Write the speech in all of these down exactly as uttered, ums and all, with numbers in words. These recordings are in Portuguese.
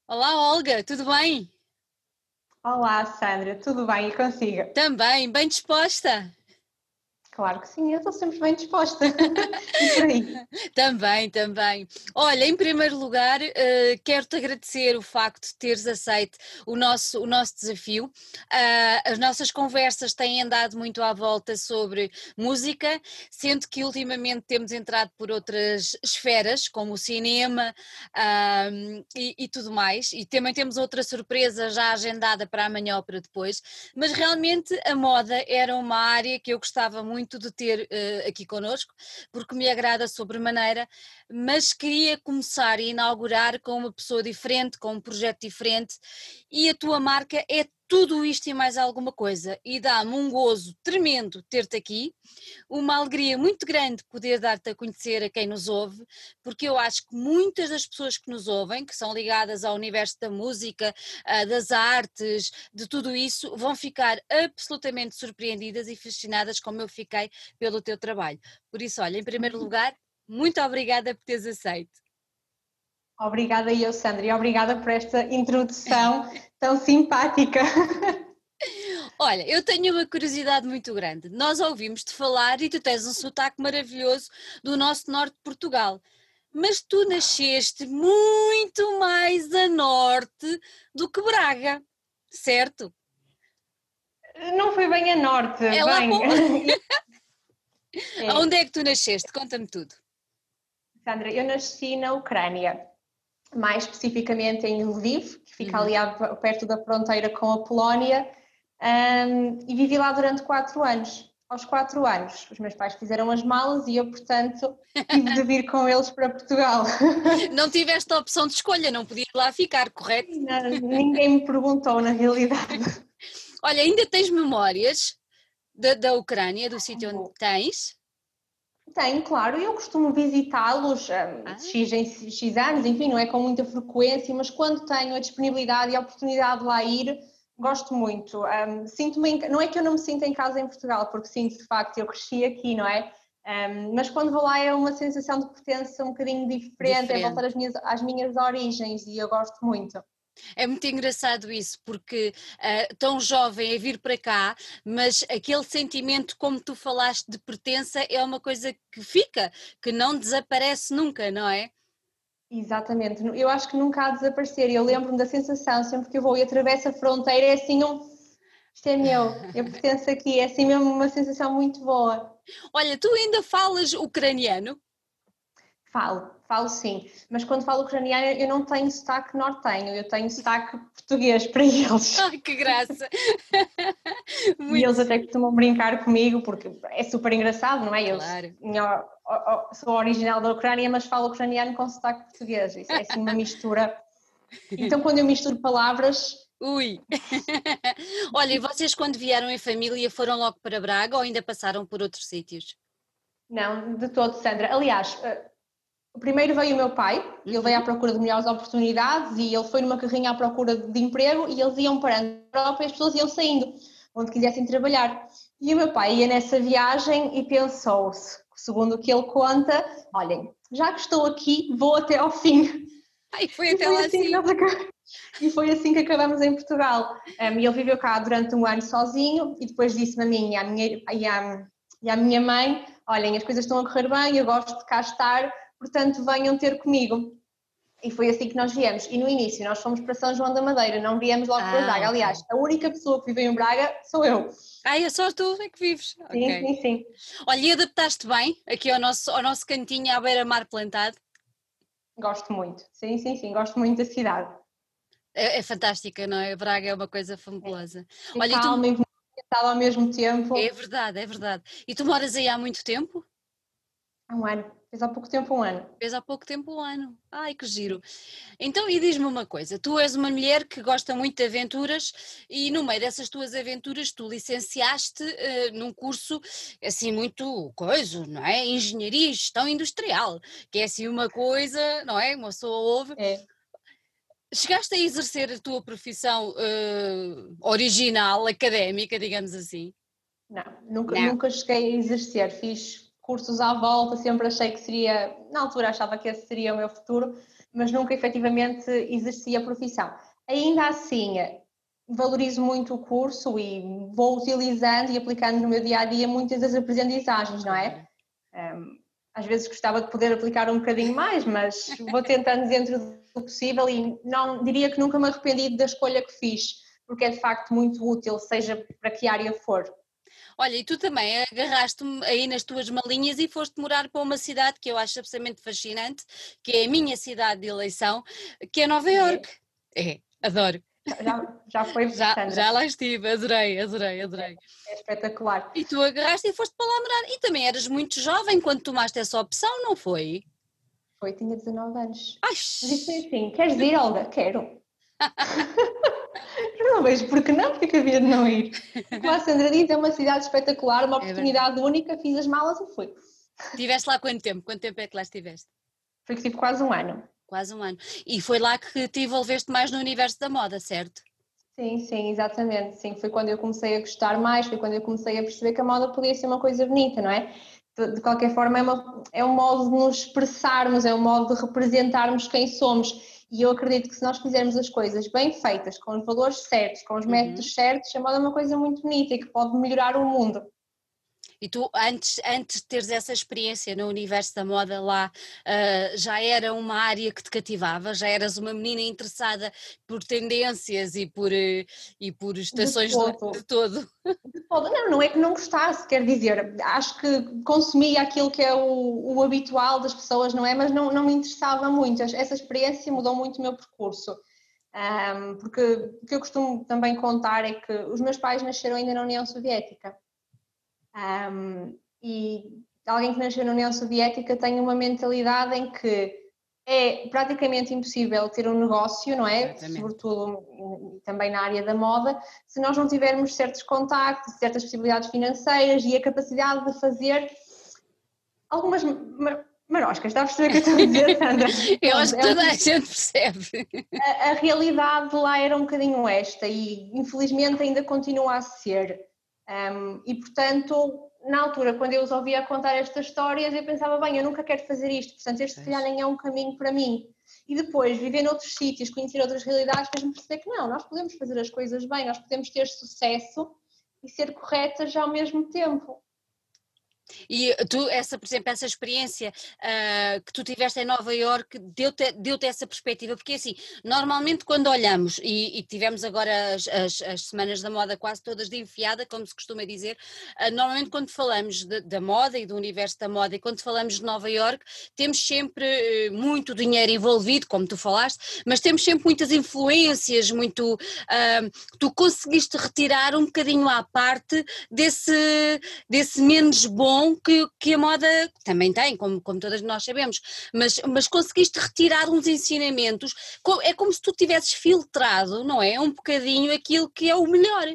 Olá, Olga, tudo bem? Olá, Sandra, tudo bem e consigo? Também, bem disposta? Claro que sim, eu estou sempre bem disposta. E por aí? Também, também. Olha, em primeiro lugar, eh, quero-te agradecer o facto de teres aceito o nosso, o nosso desafio. Ah, as nossas conversas têm andado muito à volta sobre música, sendo que ultimamente temos entrado por outras esferas, como o cinema, ah, e, e tudo mais, e também temos outra surpresa já agendada para amanhã ou para depois, mas realmente a moda era uma área que eu gostava muito de ter eh, aqui connosco, porque me agrada sobremaneira, mas queria começar e inaugurar com uma pessoa diferente, com um projeto diferente, e a tua marca é tudo isto e mais alguma coisa, e dá-me um gozo tremendo ter-te aqui, uma alegria muito grande poder dar-te a conhecer a quem nos ouve, porque eu acho que muitas das pessoas que nos ouvem, que são ligadas ao universo da música, ah, das artes, de tudo isso, vão ficar absolutamente surpreendidas e fascinadas como eu fiquei pelo teu trabalho. Por isso, olha, em primeiro lugar, muito obrigada por teres aceito. Obrigada eu, Sandra, e obrigada por esta introdução tão simpática. Olha, eu tenho uma curiosidade muito grande. Nós ouvimos-te falar e tu tens um sotaque maravilhoso do nosso norte de Portugal. Mas tu nasceste muito mais a norte do que Braga, certo? Não foi bem a norte, É lá para... bem. o- É, Onde é que tu nasceste? Conta-me tudo. Sandra, eu nasci na Ucrânia, mais especificamente em Lviv, que fica ali Uhum. perto da fronteira com a Polónia, um, e vivi lá durante quatro anos. Aos quatro anos, os meus pais fizeram as malas e eu, portanto, tive de vir com eles para Portugal. Não tiveste a opção de escolha, não podias lá ficar, correto? Não, ninguém me perguntou, na realidade. Olha, ainda tens memórias da, da Ucrânia, do sítio onde tens? Tenho, claro, eu costumo visitá-los um, de Ah, X em X anos, enfim, não é com muita frequência, mas quando tenho a disponibilidade e a oportunidade de lá ir, gosto muito. Um, sinto-me, em, não é que eu não me sinta em casa em Portugal, porque sinto de facto, eu cresci aqui, não é? Um, mas quando vou lá é uma sensação de pertença um bocadinho diferente, é voltar diferente. às minhas, às minhas origens e eu gosto muito. É muito engraçado isso, porque ah, tão jovem a vir para cá, mas aquele sentimento, como tu falaste, de pertença é uma coisa que fica, que não desaparece nunca, não é? Exatamente, eu acho que nunca há de desaparecer. Eu lembro-me da sensação, sempre que eu vou e atravesso a fronteira, é assim um. Isto é meu, eu pertenço aqui, é assim mesmo uma sensação muito boa. Olha, tu ainda falas ucraniano? Falo, falo sim, mas quando falo ucraniano eu não tenho sotaque nortenho, eu tenho sotaque português para eles. Ai, que graça! E Muito eles até giro, costumam brincar comigo, porque é super engraçado, não é? Eu claro. sou original da Ucrânia, mas falo ucraniano com sotaque português. Isso é assim uma mistura. Então, quando eu misturo palavras, Ui! Olha, e vocês quando vieram em família foram logo para Braga ou ainda passaram por outros sítios? não, de todo, Sandra. Aliás, primeiro veio o meu pai, ele veio à Uhum. procura de melhores oportunidades e ele foi numa carrinha à procura de emprego e eles iam parando na Europa e as pessoas iam saindo, onde quisessem trabalhar. E o meu pai ia nessa viagem e pensou-se, segundo o que ele conta, olhem, já que estou aqui, vou até ao fim. Ai, foi E até foi lá assim que assim. nós acabamos. E foi assim que acabamos em Portugal. Um, e ele viveu cá durante um ano sozinho e depois disse-me a mim e à minha, e à, e à minha mãe: olhem, as coisas estão a correr bem, eu gosto de cá estar, portanto venham ter comigo. E foi assim que nós viemos. E no início nós fomos para São João da Madeira, não viemos logo para Ah, Braga. Aliás, ok. a única pessoa que viveu em Braga sou eu. Ah, é só tu é que vives. Sim, Ok. sim, sim. Olha, e adaptaste bem aqui ao nosso, ao nosso cantinho à beira-mar plantado? Gosto muito. Sim, sim, sim. Gosto muito da cidade. É, é fantástica, não é? Braga é uma coisa É. fabulosa. E Olha, e tu, calma e movimentada ao mesmo é tempo. verdade, é verdade. E tu moras aí há muito tempo? Há um ano. Fez há pouco tempo um ano. Fez há pouco tempo um ano. Ai, que giro. Sim. Então, e diz-me uma coisa: tu és uma mulher que gosta muito de aventuras e no meio dessas tuas aventuras tu licenciaste eh, num curso assim muito coisa, não é? Engenharia e Gestão Industrial, que é assim uma coisa, não é? Uma pessoa ouve. É. Chegaste a exercer a tua profissão eh, original, académica, digamos assim? Não, nunca, Não. nunca cheguei a exercer. Fiz cursos à volta, sempre achei que seria, na altura achava que esse seria o meu futuro, mas nunca efetivamente exerci a profissão. Ainda assim, valorizo muito o curso e vou utilizando e aplicando no meu dia-a-dia muitas das aprendizagens, não é? Um, às vezes gostava de poder aplicar um bocadinho mais, mas vou tentando dentro do possível e não diria que nunca me arrependi da escolha que fiz, porque é de facto muito útil, seja para que área for. Olha, e tu também agarraste-me aí nas tuas malinhas e foste morar para uma cidade que eu acho absolutamente fascinante, que é a minha cidade de eleição, que é Nova Iorque. É, adoro. Já, já foi, Já, Sandra? já lá estive, adorei, adorei, adorei. É, é espetacular. E tu agarraste e foste para lá morar. E também eras muito jovem quando tomaste essa opção, não foi? Foi, tinha dezanove anos. Ai, Mas isso foi assim, queres ir, Olga? Quero. Não vejo porque não, porque havia de não ir. Como a Sandra diz, é uma cidade espetacular, uma oportunidade é única, fiz as malas e fui. Estiveste lá quanto tempo? Quanto tempo é que lá estiveste? Foi que tive quase um ano. Quase um ano. E foi lá que te envolveste mais no universo da moda, certo? Sim, sim, exatamente. Sim, foi quando eu comecei a gostar mais, foi quando eu comecei a perceber que a moda podia ser uma coisa bonita, não é? De, de qualquer forma, é, uma, é um modo de nos expressarmos, é um modo de representarmos quem somos. E eu acredito que se nós fizermos as coisas bem feitas, com os valores certos, com os métodos uhum. certos, a moda é uma coisa muito bonita e que pode melhorar o mundo. E tu, antes, antes de teres essa experiência no universo da moda lá, uh, já era uma área que te cativava? Já eras uma menina interessada por tendências e por, uh, e por estações de todo. Do, de todo? De todo. Não, não é que não gostasse, quer dizer, acho que consumia aquilo que é o, o habitual das pessoas, não é? Mas não, não me interessava muito. Essa experiência mudou muito o meu percurso. Um, porque o que eu costumo também contar é que os meus pais nasceram ainda na União Soviética. Um, e alguém que nasceu na União Soviética tem uma mentalidade em que é praticamente impossível ter um negócio, não é? Exatamente. Sobretudo também na área da moda, se nós não tivermos certos contactos, certas possibilidades financeiras e a capacidade de fazer algumas mar maroscas. Está a perceber o que eu estou a dizer, Sandra? Eu acho que toda a gente percebe. A, a realidade lá era um bocadinho esta e infelizmente ainda continua a ser. Um, e portanto, na altura, quando eu os ouvia contar estas histórias, eu pensava, bem, eu nunca quero fazer isto, portanto este se calhar nem é um caminho para mim. E depois, viver noutros sítios, conhecer outras realidades, fez-me perceber que não, nós podemos fazer as coisas bem, nós podemos ter sucesso e ser corretas ao mesmo tempo. E tu, essa, por exemplo, essa experiência uh, que tu tiveste em Nova Iorque deu-te deu-te essa perspectiva, porque assim, normalmente quando olhamos, e, e tivemos agora as, as, as semanas da moda quase todas de enfiada, como se costuma dizer, uh, normalmente quando falamos de, da moda e do universo da moda e quando falamos de Nova Iorque, temos sempre uh, muito dinheiro envolvido, como tu falaste, mas temos sempre muitas influências, muito, uh, tu conseguiste retirar um bocadinho à parte desse, desse menos bom Que, que a moda também tem, como, como todas nós sabemos, mas, mas conseguiste retirar uns ensinamentos, é como se tu tivesses filtrado, não é? Um bocadinho aquilo que é o melhor.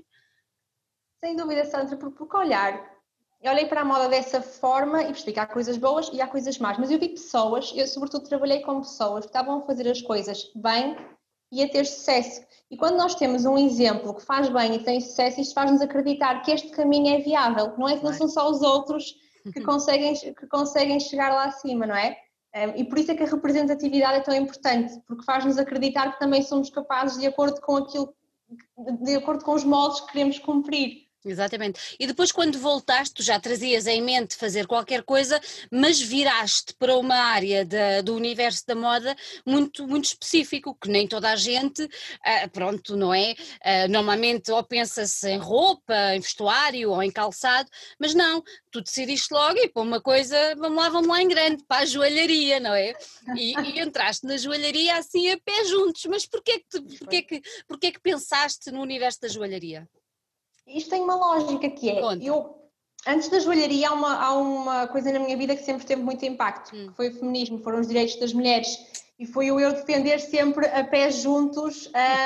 Sem dúvida, Sandra, porque olhar, eu olhei para a moda dessa forma e percebi que há coisas boas e há coisas más, mas eu vi pessoas, eu sobretudo trabalhei com pessoas que estavam a fazer as coisas bem e a ter sucesso. E quando nós temos um exemplo que faz bem e tem sucesso, isto faz-nos acreditar que este caminho é viável, não é que não são só os outros que conseguem, que conseguem chegar lá acima, não é? E por isso é que a representatividade é tão importante, porque faz-nos acreditar que também somos capazes de acordo com aquilo, de acordo com os moldes que queremos cumprir. Exatamente. E depois quando voltaste, tu já trazias em mente fazer qualquer coisa, mas viraste para uma área da, do universo da moda muito, muito específico, que nem toda a gente, uh, pronto, não é? Uh, normalmente ou pensa-se em roupa, em vestuário ou em calçado, mas não, tu decidiste logo e para uma coisa, vamos lá, vamos lá em grande, para a joalharia, não é? E, e entraste na joalharia assim a pé juntos, mas porquê que, porquê que, porquê que pensaste no universo da joalharia? Isto tem uma lógica que é, Conta. eu, antes da joalharia há uma, há uma coisa na minha vida que sempre teve muito impacto, hum. que foi o feminismo, foram os direitos das mulheres e foi o eu defender sempre a pés juntos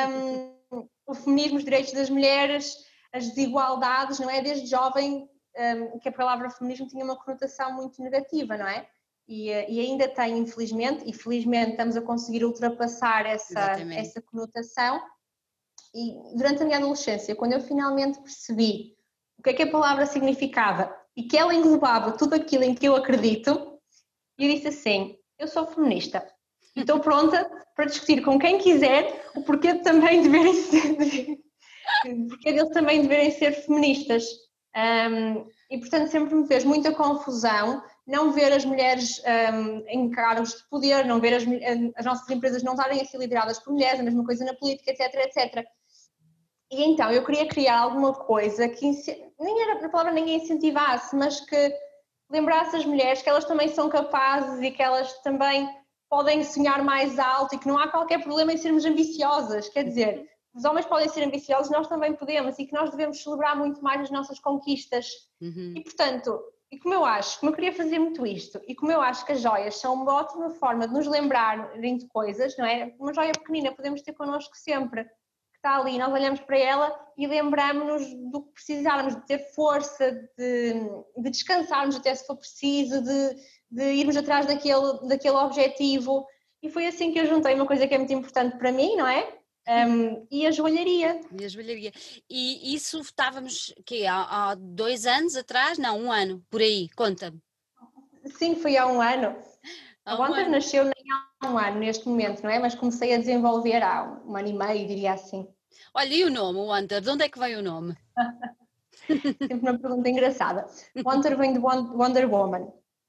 um, o feminismo, os direitos das mulheres, as desigualdades, não é? Desde jovem um, que a palavra feminismo tinha uma conotação muito negativa, não é? E, e ainda tem, infelizmente, e felizmente estamos a conseguir ultrapassar essa, essa conotação. E durante a minha adolescência, quando eu finalmente percebi o que é que a palavra significava e que ela englobava tudo aquilo em que eu acredito, eu disse assim, eu sou feminista. E estou pronta para discutir com quem quiser o porquê de também deverem ser, porquê deles também deverem ser feministas. Um, e portanto sempre me fez muita confusão não ver as mulheres um, em cargos de poder, não ver as, as nossas empresas não estarem a ser lideradas por mulheres, a mesma coisa na política, etc, etcétera. E então eu queria criar alguma coisa que nem era a palavra nem incentivasse, mas que lembrasse as mulheres que elas também são capazes e que elas também podem sonhar mais alto e que não há qualquer problema em sermos ambiciosas. Quer dizer, os homens podem ser ambiciosos, nós também podemos, e que nós devemos celebrar muito mais as nossas conquistas. Uhum. E portanto, e como eu acho, como eu queria fazer muito isto, e como eu acho que as joias são uma ótima forma de nos lembrarem de coisas, não é? Uma joia pequenina podemos ter connosco sempre, que está ali, nós olhamos para ela e lembramos-nos do que precisarmos, de ter força, de, de descansarmos até se for preciso, de, de irmos atrás daquele, daquele objetivo. E foi assim que eu juntei uma coisa que é muito importante para mim, não é? Um, e a joalharia. E a joalharia. E isso estávamos, quê, há, há dois anos atrás? Não, um ano, por aí, conta-me. Sim, foi há um ano. Há A um Wonder ano. nasceu nem há um ano neste momento, não é? Mas comecei a desenvolver há um ano e meio, diria assim. Olha, e o nome, o Wonder, de onde é que veio o nome? Sempre uma pergunta engraçada. Wonder vem de Wonder Woman.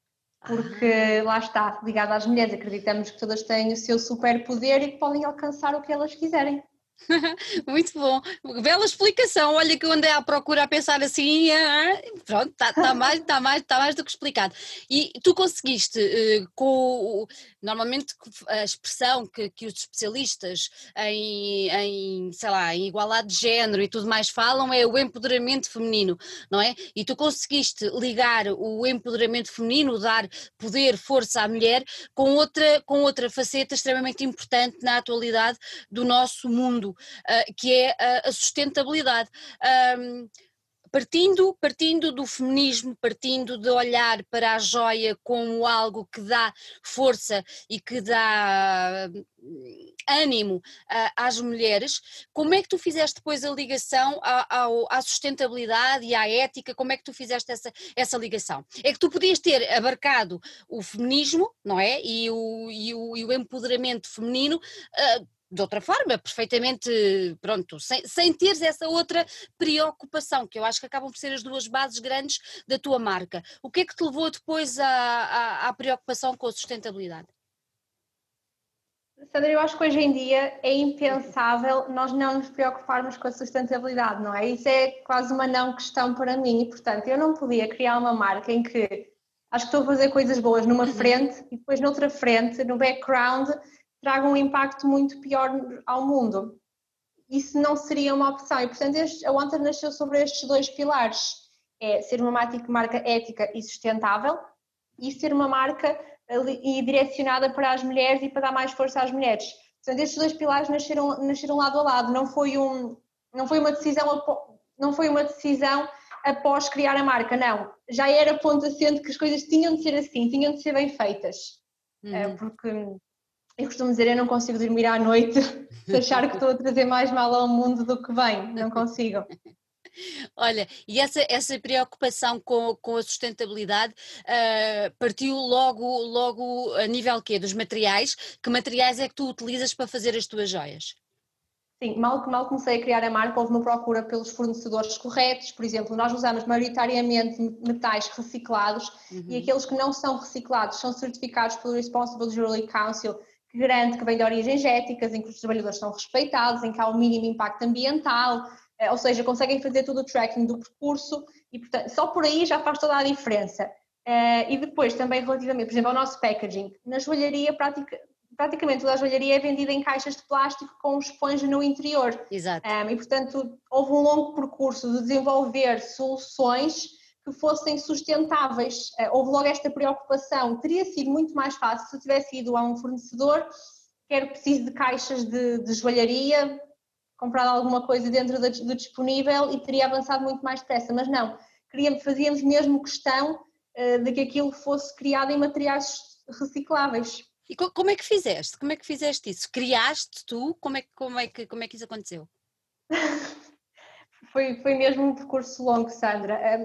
Porque lá está, ligado às mulheres, acreditamos que todas têm o seu superpoder e que podem alcançar o que elas quiserem. Muito bom, bela explicação. Olha que eu andei à procura a pensar assim, ah, pronto, está tá mais, tá mais, tá mais do que explicado. E tu conseguiste, uh, com normalmente a expressão que, que os especialistas em, em, sei lá, em igualdade de género e tudo mais falam é o empoderamento feminino, não é? E tu conseguiste ligar o empoderamento feminino, dar poder, força à mulher, com outra, com outra faceta extremamente importante na atualidade do nosso mundo. Uh, que é a, a sustentabilidade. Um, partindo, partindo do feminismo, partindo de olhar para a joia como algo que dá força e que dá uh, ânimo uh, às mulheres, como é que tu fizeste depois a ligação à, ao, à sustentabilidade e à ética, como é que tu fizeste essa, essa ligação? É que tu podias ter abarcado o feminismo, não é? E o, e o, e o empoderamento feminino uh, de outra forma, perfeitamente, pronto, sem, sem teres essa outra preocupação, que eu acho que acabam por ser as duas bases grandes da tua marca. O que é que te levou depois à, à, à preocupação com a sustentabilidade? Sandra, eu acho que hoje em dia é impensável nós não nos preocuparmos com a sustentabilidade, não é? Isso é quase uma não questão para mim e, portanto, eu não podia criar uma marca em que acho que estou a fazer coisas boas numa frente e depois noutra frente, no background, traga um impacto muito pior ao mundo. Isso não seria uma opção e, portanto, a Wanter nasceu sobre estes dois pilares. É ser uma marca ética e sustentável e ser uma marca e direcionada para as mulheres e para dar mais força às mulheres. Portanto, estes dois pilares nasceram, nasceram lado a lado, não foi, um, não foi uma decisão, não foi uma decisão após criar a marca, não. Já era ponto assente que as coisas tinham de ser assim, tinham de ser bem feitas. Uhum. Porque eu costumo dizer, eu não consigo dormir à noite se achar que estou a trazer mais mal ao mundo do que bem, não consigo. Olha, e essa, essa preocupação com, com a sustentabilidade uh, partiu logo, logo a nível quê? Dos materiais? Que materiais é que tu utilizas para fazer as tuas joias? Sim, mal, mal comecei a criar a marca, houve uma procura pelos fornecedores corretos. Por exemplo, nós usamos maioritariamente metais reciclados uhum. e aqueles que não são reciclados são certificados pelo Responsible Jewelry Council, que garante que vêm de origens éticas, em que os trabalhadores são respeitados, em que há o mínimo impacto ambiental, ou seja, conseguem fazer todo o tracking do percurso e, portanto, só por aí já faz toda a diferença. E depois, também relativamente, por exemplo, ao nosso packaging, na joalharia, pratica, praticamente toda a joalharia é vendida em caixas de plástico com esponja no interior. Exato. Um, e, portanto, houve um longo percurso de desenvolver soluções que fossem sustentáveis. Uh, houve logo esta preocupação. Teria sido muito mais fácil se eu tivesse ido a um fornecedor que era preciso de caixas de, de joalharia, comprado alguma coisa dentro do, do disponível e teria avançado muito mais depressa, mas não. Queríamos, fazíamos mesmo questão uh, de que aquilo fosse criado em materiais recicláveis. E como é que fizeste? Como é que fizeste isso? Criaste tu? Como é que, como é que, como é que isso aconteceu? foi, foi mesmo um percurso longo, Sandra.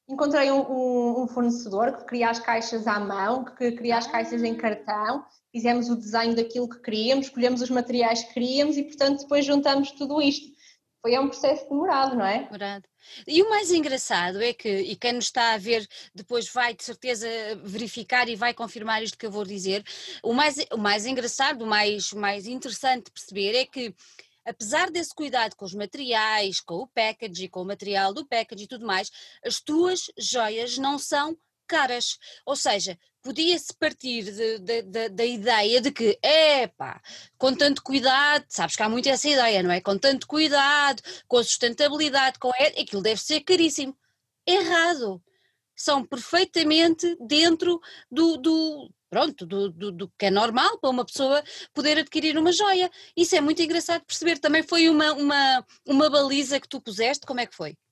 encontrei um, um, um fornecedor que cria as caixas à mão, que cria as caixas em cartão, fizemos o desenho daquilo que queríamos, escolhemos os materiais que queríamos e, portanto, depois juntamos tudo isto. Foi um processo demorado, não é? Demorado. E o mais engraçado é que, e quem nos está a ver depois vai de certeza verificar e vai confirmar isto que eu vou dizer, o mais, o mais engraçado, o mais, mais interessante de perceber é que, apesar desse cuidado com os materiais, com o package, com o material do package e tudo mais, as tuas joias não são caras. Ou seja, podia-se partir de, de, de, da ideia de que, epá, com tanto cuidado, sabes que há muito essa ideia, não é? Com tanto cuidado, com a sustentabilidade, com aquilo deve ser caríssimo. Errado. São perfeitamente dentro do, do pronto, do, do, do que é normal para uma pessoa poder adquirir uma joia. Isso é muito engraçado de perceber. Também foi uma, uma, uma baliza que tu puseste, como é que foi?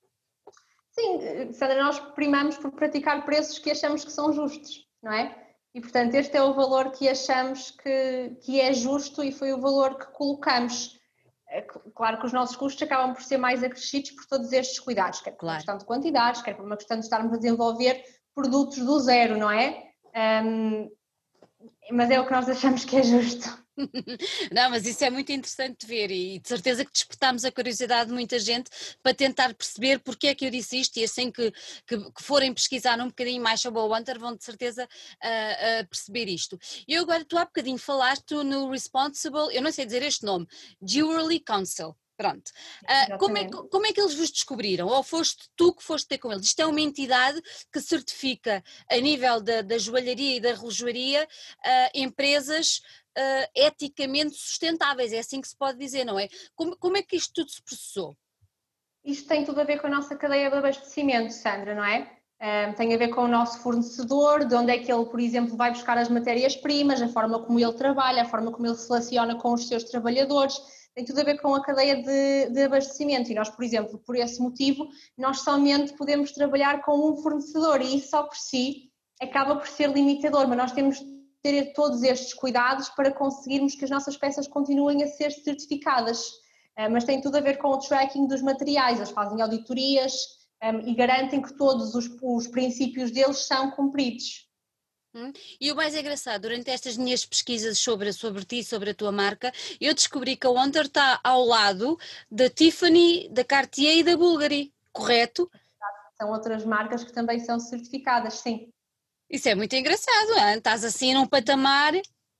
Sim, Sandra, nós primamos por praticar preços que achamos que são justos, não é? E, portanto, este é o valor que achamos que, que é justo e foi o valor que colocamos. Claro que os nossos custos acabam por ser mais acrescidos por todos estes cuidados, quer por Claro. uma questão de quantidades, quer por uma questão de estarmos a desenvolver produtos do zero, não é? Um, mas é o que nós achamos que é justo. Não, mas isso é muito interessante de ver e de certeza que despertámos a curiosidade de muita gente para tentar perceber porque é que eu disse isto e assim que, que, que forem pesquisar um bocadinho mais sobre o Hunter vão de certeza uh, uh, perceber isto. E eu agora, tu há bocadinho falaste no Responsible, eu não sei dizer este nome, Jewelry Council. Pronto. Uh, como, é, como é que eles vos descobriram? Ou foste tu que foste ter com eles? Isto é uma entidade que certifica a nível da, da joalharia e da relojoaria uh, empresas uh, eticamente sustentáveis, é assim que se pode dizer, não é? Como, como é que isto tudo se processou? Isto tem tudo a ver com a nossa cadeia de abastecimento, Sandra, não é? Um, tem a ver com o nosso fornecedor, de onde é que ele, por exemplo, vai buscar as matérias-primas, a forma como ele trabalha, a forma como ele se relaciona com os seus trabalhadores, tem tudo a ver com a cadeia de, de abastecimento e nós, por exemplo, por esse motivo, nós somente podemos trabalhar com um fornecedor e isso só por si acaba por ser limitador, mas nós temos de ter todos estes cuidados para conseguirmos que as nossas peças continuem a ser certificadas. Mas tem tudo a ver com o tracking dos materiais, eles fazem auditorias um, e garantem que todos os, os princípios deles são cumpridos. Hum? E o mais engraçado, durante estas minhas pesquisas sobre, sobre ti, sobre a tua marca, eu descobri que a Hunter está ao lado da Tiffany, da Cartier e da Bulgari, correto? São outras marcas que também são certificadas, sim. Isso é muito engraçado, hein? Estás assim num patamar...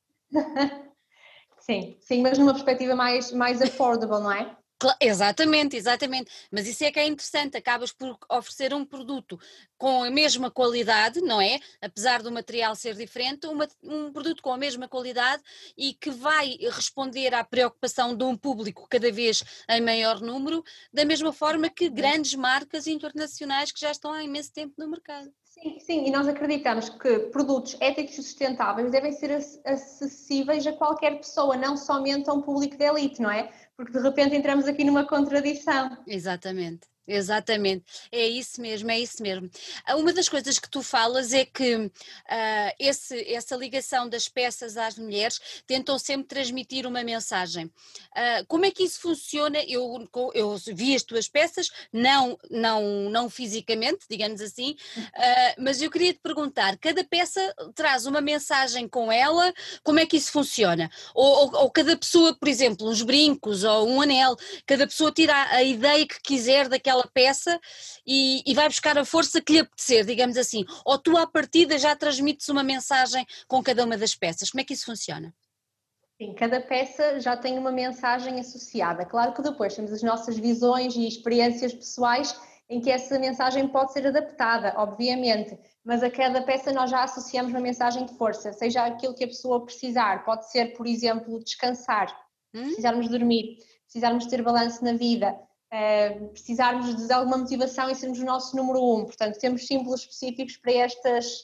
Sim, sim, mas numa perspectiva mais, mais affordable, não é? Exatamente, exatamente, mas isso é que é interessante, acabas por oferecer um produto com a mesma qualidade, não é? Apesar do material ser diferente, uma, um produto com a mesma qualidade e que vai responder à preocupação de um público cada vez em maior número, da mesma forma que grandes marcas internacionais que já estão há imenso tempo no mercado. Sim, sim, e nós acreditamos que produtos éticos e sustentáveis devem ser acessíveis a qualquer pessoa, não somente a um público de elite, não é? Porque de repente entramos aqui numa contradição. Exatamente. Exatamente, é isso mesmo, é isso mesmo. Uma das coisas que tu falas é que uh, esse, essa ligação das peças às mulheres tentam sempre transmitir uma mensagem. Uh, como é que isso funciona? Eu, eu vi as tuas peças, não, não, não fisicamente, digamos assim, uh, mas eu queria te perguntar, cada peça traz uma mensagem com ela, como é que isso funciona? Ou, ou, ou cada pessoa, por exemplo, uns brincos ou um anel, cada pessoa tira a, a ideia que quiser daquela peça e, e vai buscar a força que lhe apetecer, digamos assim, ou tu à partida já transmites uma mensagem com cada uma das peças, como é que isso funciona? Sim, cada peça já tem uma mensagem associada, claro que depois temos as nossas visões e experiências pessoais em que essa mensagem pode ser adaptada, obviamente, mas a cada peça nós já associamos uma mensagem de força, seja aquilo que a pessoa precisar, pode ser, por exemplo, descansar, hum? precisarmos dormir, precisarmos ter balanço na vida, Uh, precisarmos de alguma motivação e sermos o nosso número um, portanto temos símbolos específicos para estas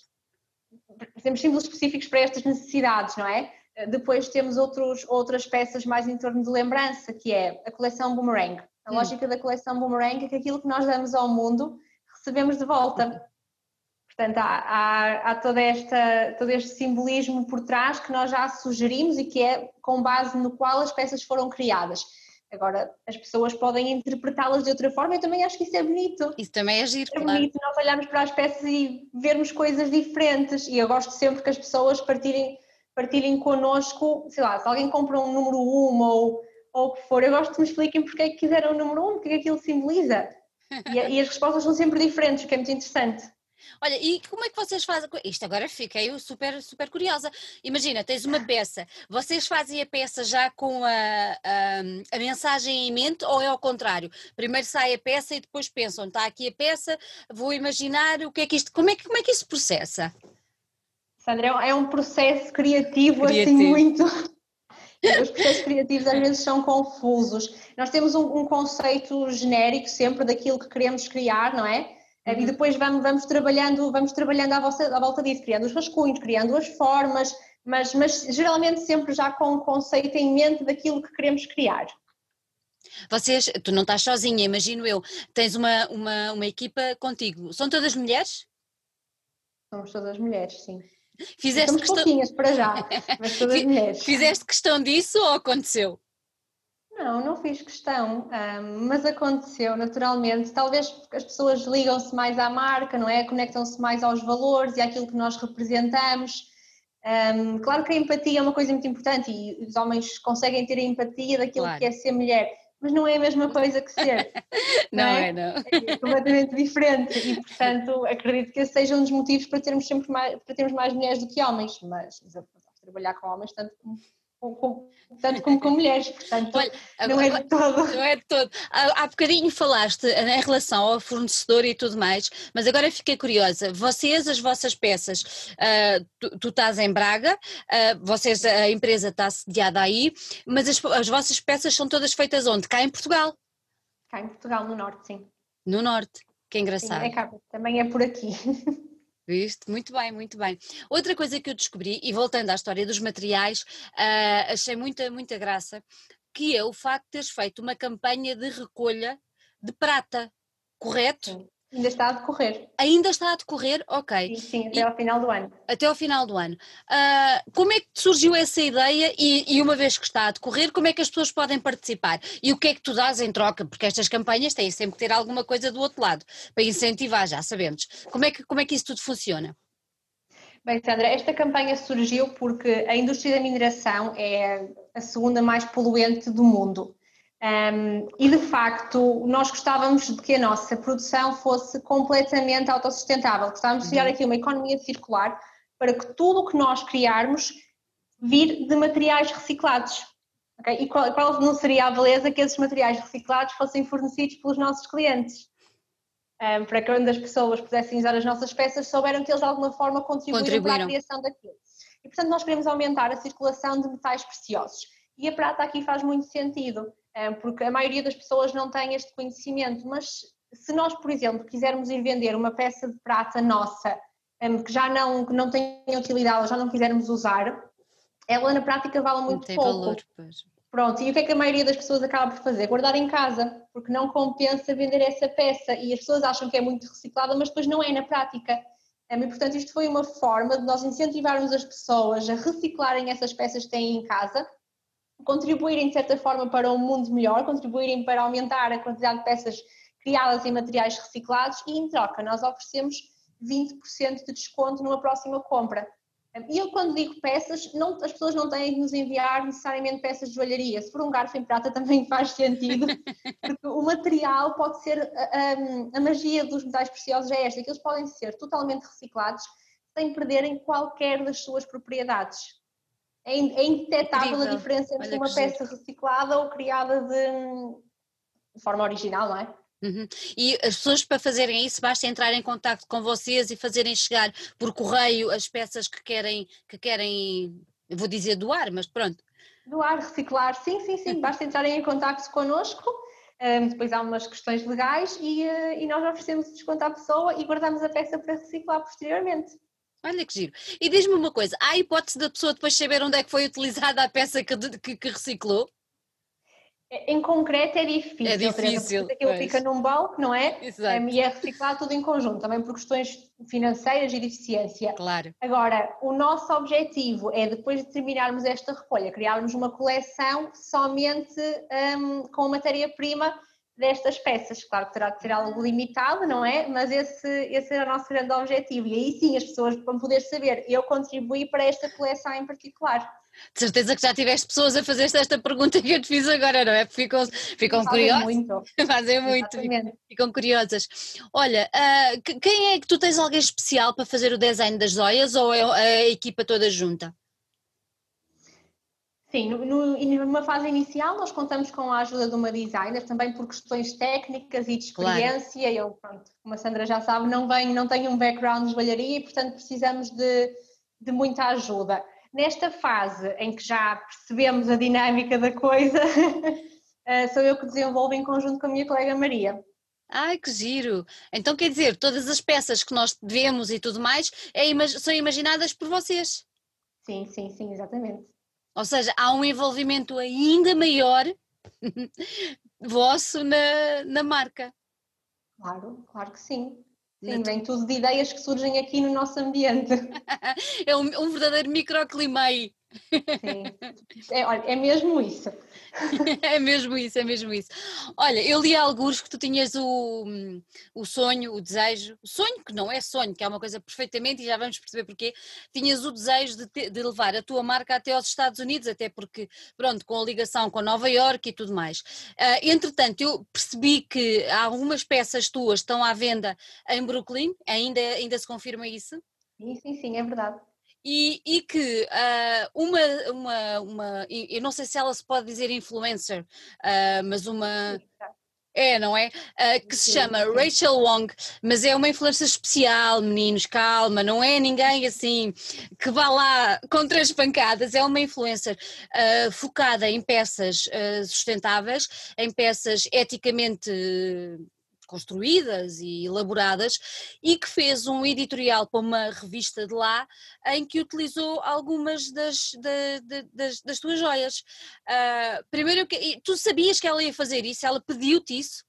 temos símbolos específicos para estas necessidades, não é? Uh, depois temos outros, outras peças mais em torno de lembrança, que é a coleção Boomerang. A hum. lógica da coleção Boomerang é que aquilo que nós damos ao mundo recebemos de volta. Portanto, há, há, há toda esta, todo este simbolismo por trás que nós já sugerimos e que é com base no qual as peças foram criadas. Agora, as pessoas podem interpretá-las de outra forma, eu também acho que isso é bonito. Isso também é giro, É claro. bonito nós olharmos para as peças e vermos coisas diferentes, e eu gosto sempre que as pessoas partilhem, partilhem connosco, sei lá, se alguém compra um número um ou, ou o que for, eu gosto que me expliquem porque é que quiseram o número um, porque é que aquilo simboliza. E, e as respostas são sempre diferentes, o que é muito interessante. Olha, e como é que vocês fazem? Isto agora fiquei super, super curiosa. Imagina, tens uma peça, vocês fazem a peça já com a, a, a mensagem em mente ou é ao contrário? Primeiro sai a peça e depois pensam, está aqui a peça, vou imaginar o que é que isto, como é que, como é que isto se processa? Sandra, é um processo criativo, Criativo. assim muito... Os processos criativos às vezes são confusos. Nós temos um, um conceito genérico sempre daquilo que queremos criar, não é? Uhum. E depois vamos, vamos trabalhando, vamos trabalhando à, volta, à volta disso, criando os rascunhos, criando as formas, mas, mas geralmente sempre já com um conceito em mente daquilo que queremos criar. Vocês, tu não estás sozinha, imagino eu, tens uma, uma, uma equipa contigo, são todas mulheres? Somos todas mulheres, sim. Fizeste Somos questão... pouquinhas para já, mas todas mulheres. Fizeste questão disso ou aconteceu? Não, não fiz questão, mas aconteceu naturalmente. Talvez porque as pessoas ligam-se mais à marca, não é? Conectam-se mais aos valores e àquilo que nós representamos. Claro que a empatia é uma coisa muito importante e os homens conseguem ter a empatia daquilo Claro. que é ser mulher, mas não é a mesma coisa que ser. Não, não é? é, não. É completamente diferente e, portanto, acredito que esse seja um dos motivos para termos sempre mais, para termos mais mulheres do que homens, mas trabalhar com homens tanto como Com, com, tanto como com mulheres, portanto Olha, não é de todo. Não é de todo. Há, há bocadinho falaste em relação ao fornecedor e tudo mais, mas agora fiquei curiosa, vocês, as vossas peças, uh, tu, tu estás em Braga, uh, vocês, a empresa está sediada aí, mas as, as vossas peças são todas feitas onde? Cá em Portugal? Cá em Portugal, no Norte, sim. No Norte, que engraçado. Sim, é cá, também é por aqui. Viste? Muito bem, muito bem. Outra coisa que eu descobri, e voltando à história dos materiais, uh, achei muita, muita graça, que é o facto de teres feito uma campanha de recolha de prata, correto? Sim. Ainda está a decorrer. Ainda está a decorrer? Ok. Sim, sim até e, ao final do ano. Até ao final do ano. Uh, como é que surgiu essa ideia e, e uma vez que está a decorrer, como é que as pessoas podem participar? E o que é que tu dás em troca? Porque estas campanhas têm sempre que ter alguma coisa do outro lado, para incentivar, já sabemos. Como é que, como é que isso tudo funciona? Bem, Sandra, esta campanha surgiu porque a indústria da mineração é a segunda mais poluente do mundo. Um, e de facto nós gostávamos de que a nossa produção fosse completamente autossustentável, gostávamos de criar aqui uma economia circular para que tudo o que nós criarmos vir de materiais reciclados. Okay? E qual, qual não seria a beleza que esses materiais reciclados fossem fornecidos pelos nossos clientes? Um, para que quando as pessoas pudessem usar as nossas peças souberam que eles de alguma forma contribuíram, contribuíram para a criação daquilo. E portanto nós queremos aumentar a circulação de metais preciosos. E a prata aqui faz muito sentido, porque a maioria das pessoas não tem este conhecimento, mas se nós, por exemplo, quisermos ir vender uma peça de prata nossa, que já não, que não tem utilidade, ou já não quisermos usar, ela na prática vale muito não tem pouco. Valor, pois. Pronto, e o que é que a maioria das pessoas acaba por fazer? Guardar em casa, porque não compensa vender essa peça e as pessoas acham que é muito reciclada, mas depois não é na prática. E portanto isto foi uma forma de nós incentivarmos as pessoas a reciclarem essas peças que têm em casa, contribuírem de certa forma para um mundo melhor, contribuírem para aumentar a quantidade de peças criadas em materiais reciclados e em troca nós oferecemos vinte por cento de desconto numa próxima compra. E eu quando digo peças, não, as pessoas não têm de nos enviar necessariamente peças de joalharia, se for um garfo em prata também faz sentido, porque o material pode ser, a, a, a magia dos metais preciosos é esta, que eles podem ser totalmente reciclados sem perderem qualquer das suas propriedades. É indetetável a diferença entre Olha uma peça giro. reciclada ou criada de, de forma original, não é? Uhum. E as pessoas para fazerem isso basta entrar em contato com vocês e fazerem chegar por correio as peças que querem, que querem, vou dizer doar, mas pronto. Doar, reciclar, sim, sim, sim, basta entrarem em contato connosco, um, depois há umas questões legais e, uh, e nós oferecemos desconto à pessoa e guardamos a peça para reciclar posteriormente. Olha que giro. E diz-me uma coisa, há a hipótese da pessoa depois saber onde é que foi utilizada a peça que, que, que reciclou? Em concreto é difícil, É difícil, porque aquilo pois. fica num balco, não é? Exato. Um, e é reciclado tudo em conjunto, também por questões financeiras e de eficiência. Claro. Agora, o nosso objetivo é, depois de terminarmos esta recolha, criarmos uma coleção somente um, com a matéria-prima destas peças. Claro que terá de ser algo limitado, não é? Mas esse, esse é o nosso grande objetivo. E aí sim as pessoas vão poder saber, eu contribuí para esta coleção em particular. De certeza que já tiveste pessoas a fazer esta pergunta que eu te fiz agora, não é? Porque ficam, ficam Fazem curiosas. muito. Fazem muito, Exatamente. ficam curiosas. Olha, uh, quem é que tu tens alguém especial para fazer o design das joias ou é a equipa toda junta? Sim, no, no, numa fase inicial nós contamos com a ajuda de uma designer, também por questões técnicas e de experiência. Claro. Eu, pronto, como a Sandra já sabe, não, venho, não tenho um background de joalharia e, portanto, precisamos de, de muita ajuda. Nesta fase em que já percebemos a dinâmica da coisa, sou eu que desenvolvo em conjunto com a minha colega Maria. Ai, que giro! Então quer dizer, todas as peças que nós vemos e tudo mais é, são imaginadas por vocês? Sim, sim, sim, exatamente. Ou seja, há um envolvimento ainda maior vosso na, na marca. Claro, claro que sim. Sim, vem tudo de ideias que surgem aqui no nosso ambiente. É um, um verdadeiro microclima aí. Sim, é, olha, é mesmo isso. É mesmo isso, é mesmo isso. Olha, eu li alguns que tu tinhas o, o sonho, o desejo, o sonho que não é sonho, que é uma coisa perfeitamente, e já vamos perceber porquê, tinhas o desejo de, te, de levar a tua marca até aos Estados Unidos, até porque, pronto, com a ligação com Nova Iorque e tudo mais. Uh, entretanto, eu percebi que algumas peças tuas estão à venda em Brooklyn, ainda, ainda se confirma isso? Sim, sim, sim, é verdade. E, e que uh, uma, uma, uma, eu não sei se ela se pode dizer influencer, uh, mas uma, é, não é? Uh, que se chama Rachel Wong, mas é uma influencer especial, meninos, calma, não é ninguém assim que vá lá com três pancadas, é uma influencer uh, focada em peças uh, sustentáveis, em peças eticamente construídas e elaboradas, e que fez um editorial para uma revista de lá em que utilizou algumas das, de, de, das, das tuas joias. Uh, primeiro, tu sabias que ela ia fazer isso? Ela pediu-te isso?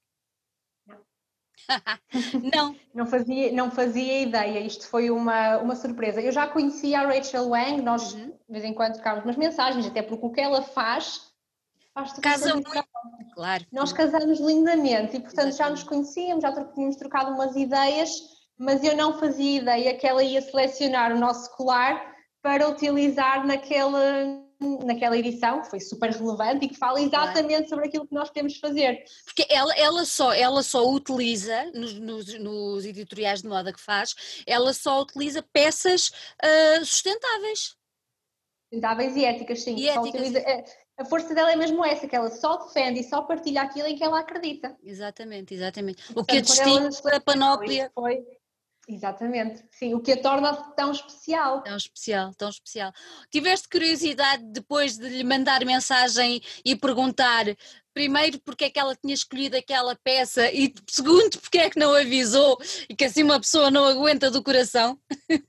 Não. Não fazia, não fazia ideia, isto foi uma, uma surpresa. Eu já conhecia a Rachel Wang, nós uhum. de vez em quando trocámos umas mensagens, até porque o que ela faz casa muito, claro. Nós casamos lindamente e, portanto, Exatamente. já nos conhecíamos, já tínhamos trocado umas ideias, mas eu não fazia ideia que ela ia selecionar o nosso colar para utilizar naquela, naquela edição, que foi super relevante e que fala exatamente claro. sobre aquilo que nós queremos fazer. Porque ela, ela, só, ela só utiliza, nos, nos, nos editoriais de moda que faz, ela só utiliza peças uh, sustentáveis. Sustentáveis e éticas, sim. E só éticas, utiliza, a força dela é mesmo essa, que ela só defende e só partilha aquilo em que ela acredita. Exatamente, exatamente. E, portanto, o que a distingue da panóplia. Foi... Exatamente, sim, o que a torna tão especial. Tão especial, tão especial. Tiveste curiosidade depois de lhe mandar mensagem e perguntar, primeiro, porque é que ela tinha escolhido aquela peça e segundo, porque é que não avisou e que assim uma pessoa não aguenta do coração?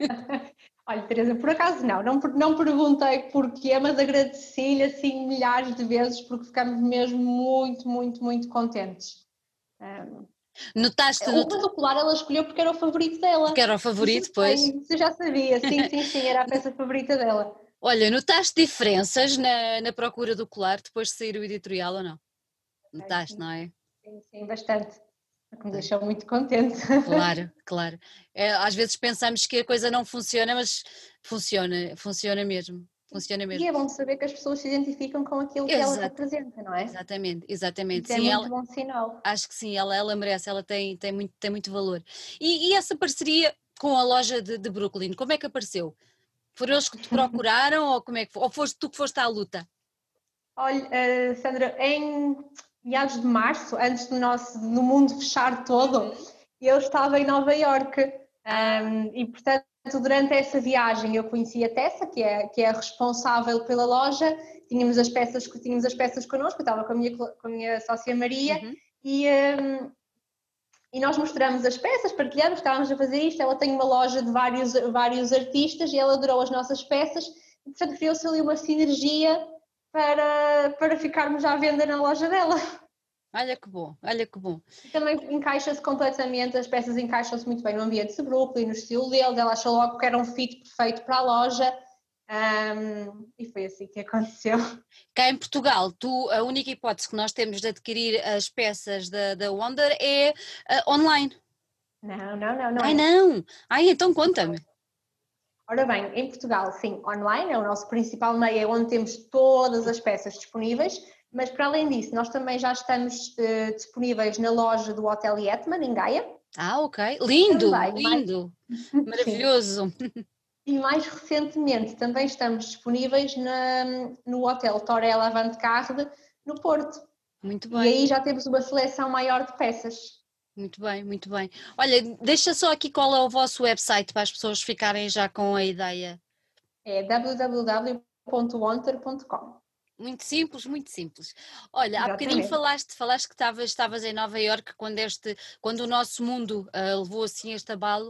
Olha, Teresa, por acaso não, não, não perguntei porquê, mas agradeci-lhe assim milhares de vezes porque ficamos mesmo muito, muito, muito contentes. Um, Notaste? O particular ela escolheu porque era o favorito dela. Porque era o favorito, pois. Você já sabia, sim, sim, sim, era a peça favorita dela. Olha, notaste diferenças na, na procura do colar depois de sair o editorial ou não? Notaste, sim, não é? Sim, sim, bastante. Que me deixou muito contente. Claro, claro. É, às vezes pensamos que a coisa não funciona, mas funciona, funciona mesmo. Funciona mesmo. E é bom saber que as pessoas se identificam com aquilo que Exato. ela representa, não é? Exatamente, exatamente. Isso sim, é muito ela, bom sinal. Acho que sim, ela, ela merece, ela tem, tem, muito, tem muito valor. E, e essa parceria com a loja de, de Brooklyn, como é que apareceu? Foram eles que te procuraram ou como é que foi? Ou foste tu que foste à luta? Olha, uh, Sandra, em meados de março, antes do nosso do mundo fechar todo, eu estava em Nova Iorque um, e, portanto, durante essa viagem eu conheci a Tessa, que é, que é a responsável pela loja, tínhamos as peças, tínhamos as peças connosco, eu estava com a minha, com a minha sócia Maria uhum. e, um, e nós mostramos as peças, partilhamos, estávamos a fazer isto, ela tem uma loja de vários, vários artistas e ela adorou as nossas peças e, portanto, criou-se ali uma sinergia para, para ficarmos à venda na loja dela. Olha que bom, olha que bom. Também encaixa-se completamente, as peças encaixam-se muito bem no ambiente de Brooklyn, no estilo dele, ela achou logo que era um fit perfeito para a loja, um, e foi assim que aconteceu. Cá em Portugal, tu, a única hipótese que nós temos de adquirir as peças da, da Wonder é uh, online. Não, não, não, não Ai é. não! Ai, então conta-me. Ora bem, em Portugal, sim, online é o nosso principal meio, é onde temos todas as peças disponíveis, mas para além disso, nós também já estamos uh, disponíveis na loja do Hotel Yetman, em Gaia. Ah, ok. Lindo, também, lindo, mais... maravilhoso. E mais recentemente também estamos disponíveis na, no Hotel Torel Avantgarde, no Porto. Muito E bem. aí já temos uma seleção maior de peças. Muito bem, muito bem. Olha, deixa só aqui qual é o vosso website para as pessoas ficarem já com a ideia. É w w w ponto wonder ponto com. Muito simples, muito simples. Olha, Exatamente. há bocadinho falaste, falaste que estavas, estavas em Nova Iorque quando, este, quando o nosso mundo uh, levou assim este abalo.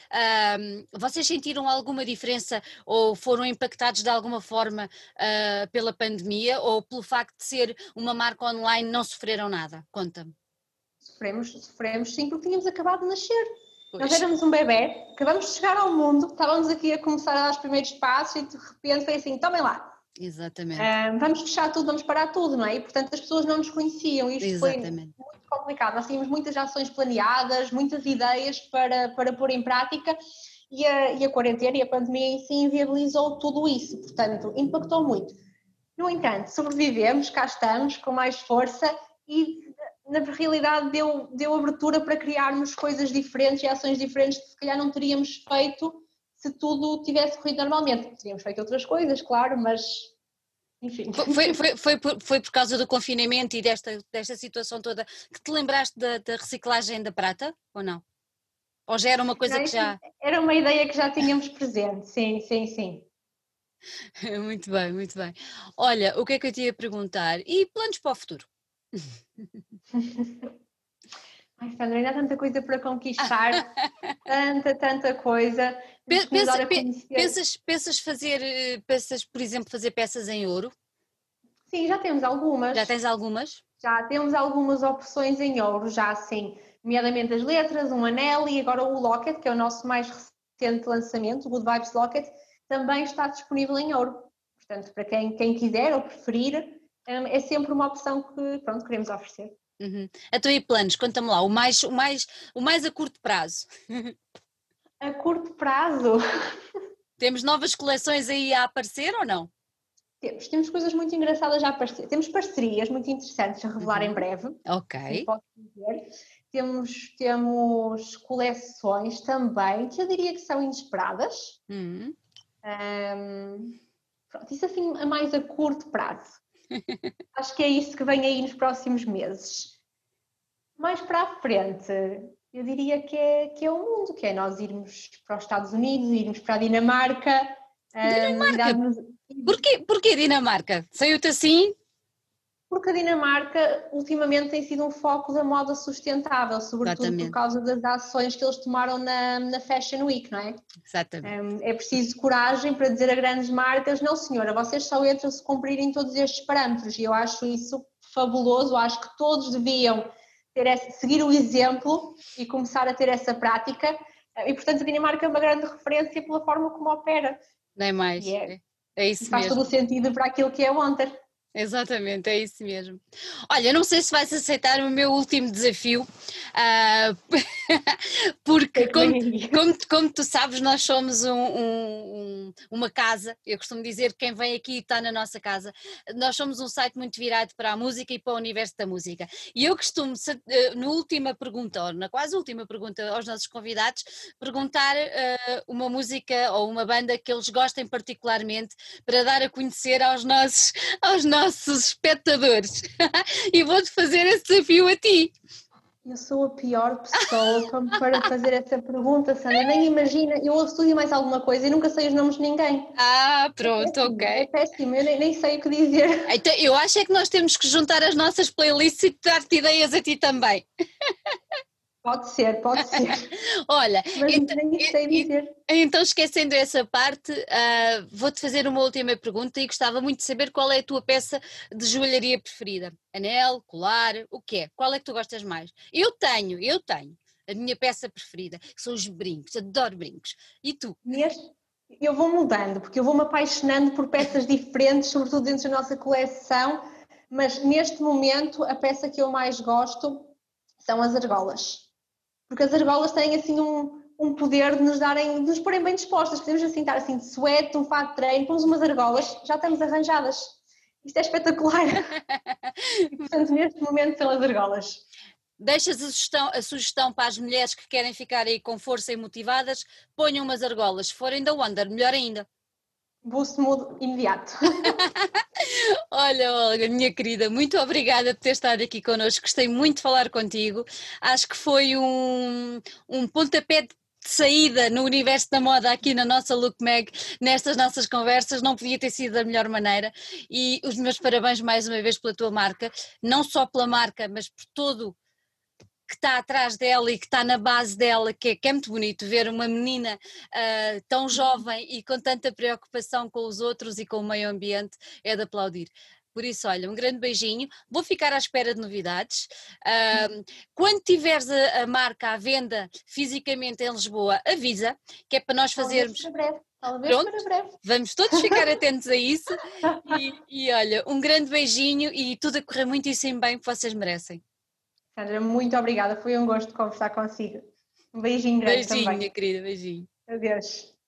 Uh, vocês sentiram alguma diferença ou foram impactados de alguma forma uh, pela pandemia ou pelo facto de ser uma marca online não sofreram nada? Conta-me. Sofremos, sofremos sim, porque tínhamos acabado de nascer. Pois. Nós éramos um bebê, acabamos de chegar ao mundo, estávamos aqui a começar a dar os primeiros passos e de repente foi assim, tomem lá. Exatamente. Um, vamos fechar tudo, vamos parar tudo, não é? E portanto as pessoas não nos conheciam e isto Exatamente. foi muito complicado. Nós tínhamos muitas ações planeadas, muitas ideias para, para pôr em prática e a, e a quarentena e a pandemia em si inviabilizou tudo isso, portanto impactou muito. No entanto, sobrevivemos, cá estamos, com mais força e na realidade deu, deu abertura para criarmos coisas diferentes e ações diferentes que se calhar não teríamos feito se tudo tivesse corrido normalmente. Teríamos feito outras coisas, claro, mas enfim. Foi, foi, foi, por, foi por causa do confinamento e desta, desta situação toda que te lembraste da, da reciclagem da prata, ou não? Ou já era uma coisa não, que já... Era uma ideia que já tínhamos presente, sim, sim, sim. Muito bem, muito bem. Olha, o que é que eu te ia perguntar? E planos para o futuro? Ai, Sandra, ainda há tanta coisa para conquistar, tanta, tanta coisa. Pensa, pensas, pensas fazer, pensas, por exemplo, fazer peças em ouro? Sim, já temos algumas. Já tens algumas? Já temos algumas opções em ouro, já sim, nomeadamente as letras, um anel e agora o locket, que é o nosso mais recente lançamento, o Good Vibes Locket, também está disponível em ouro. Portanto, para quem, quem quiser ou preferir, é sempre uma opção que, pronto, queremos oferecer. Uhum. Então e planos? Conta-me lá, o mais, o, mais, o mais a curto prazo. A curto prazo? Temos novas coleções aí a aparecer ou não? Temos, temos coisas muito engraçadas a aparecer. Temos parcerias muito interessantes a revelar uhum. em breve. Ok. Sim, posso dizer. Temos, temos coleções também, que eu diria que são inesperadas. Uhum. Um, pronto, isso assim a mais a curto prazo. Acho que é isso que vem aí nos próximos meses. Mais para a frente, eu diria que é, que é o mundo, que é nós irmos para os Estados Unidos, irmos para a Dinamarca. Dinamarca? Um, Porquê, porquê Dinamarca? Saiu-te assim? Porque a Dinamarca ultimamente tem sido um foco da moda sustentável, sobretudo Exatamente. Por causa das ações que eles tomaram na, na Fashion Week, não é? Exatamente. Um, é preciso coragem para dizer a grandes marcas, não senhora, vocês só entram se cumprirem todos estes parâmetros e eu acho isso fabuloso, acho que todos deviam ter esse, seguir o exemplo e começar a ter essa prática e portanto a Dinamarca é uma grande referência pela forma como opera. Nem mais, é, é isso e faz mesmo. todo o sentido para aquilo que é o Wonder. Exatamente, é isso mesmo. Olha, não sei se vais aceitar o meu último desafio, uh, porque como, como, como tu sabes, nós somos um, um, uma casa, eu costumo dizer que quem vem aqui está na nossa casa, nós somos um site muito virado para a música e para o universo da música, e eu costumo, na última pergunta, ou na quase última pergunta aos nossos convidados, perguntar uh, uma música ou uma banda que eles gostem particularmente para dar a conhecer aos nossos, aos nossos nossos espectadores e vou-te fazer esse desafio a ti. Eu sou a pior pessoa para fazer essa pergunta, Sandra, nem imagina, eu ouço tudo e mais alguma coisa e nunca sei os nomes de ninguém. Ah, pronto, é péssimo, ok. É péssimo, eu nem, nem sei o que dizer. Então, eu acho é que nós temos que juntar as nossas playlists e dar-te ideias a ti também. Pode ser, pode ser. Olha, Mas então, nem sei dizer. então esquecendo essa parte, uh, vou-te fazer uma última pergunta e gostava muito de saber qual é a tua peça de joalharia preferida. Anel, colar, o que é? Qual é que tu gostas mais? Eu tenho, eu tenho a minha peça preferida, que são os brincos, adoro brincos. E tu? Neste, eu vou mudando, porque eu vou-me apaixonando por peças diferentes, sobretudo dentro da nossa coleção, mas neste momento a peça que eu mais gosto são as argolas. Porque as argolas têm assim um, um poder de nos darem, de nos porem bem dispostas. Podemos assim estar assim de suéte, um fato de treino, pomos umas argolas, já estamos arranjadas. Isto é espetacular. E portanto neste momento são as argolas. Deixas a sugestão, a sugestão para as mulheres que querem ficar aí com força e motivadas, ponham umas argolas. Se forem da Wonder, melhor ainda. Boost mood imediato. Olha, Olga, minha querida, muito obrigada por ter estado aqui connosco. Gostei muito de falar contigo. Acho que foi um, um pontapé de saída no universo da moda aqui na nossa Look Mag, nestas nossas conversas. Não podia ter sido da melhor maneira. E os meus parabéns mais uma vez pela tua marca, não só pela marca, mas por todo que está atrás dela e que está na base dela, que é, que é muito bonito ver uma menina uh, tão jovem e com tanta preocupação com os outros e com o meio ambiente, é de aplaudir. Por isso, olha, um grande beijinho, vou ficar à espera de novidades. Uh, quando tiveres a, a marca à venda fisicamente em Lisboa, avisa, que é para nós fazermos... Talvez para breve, talvez Pronto, para breve. vamos todos ficar atentos a isso e, e olha, um grande beijinho e tudo a correr muitíssimo bem, que vocês merecem. Sandra, muito obrigada. Foi um gosto conversar consigo. Um beijinho grande Beijinho, também. minha querida, beijinho. Adeus.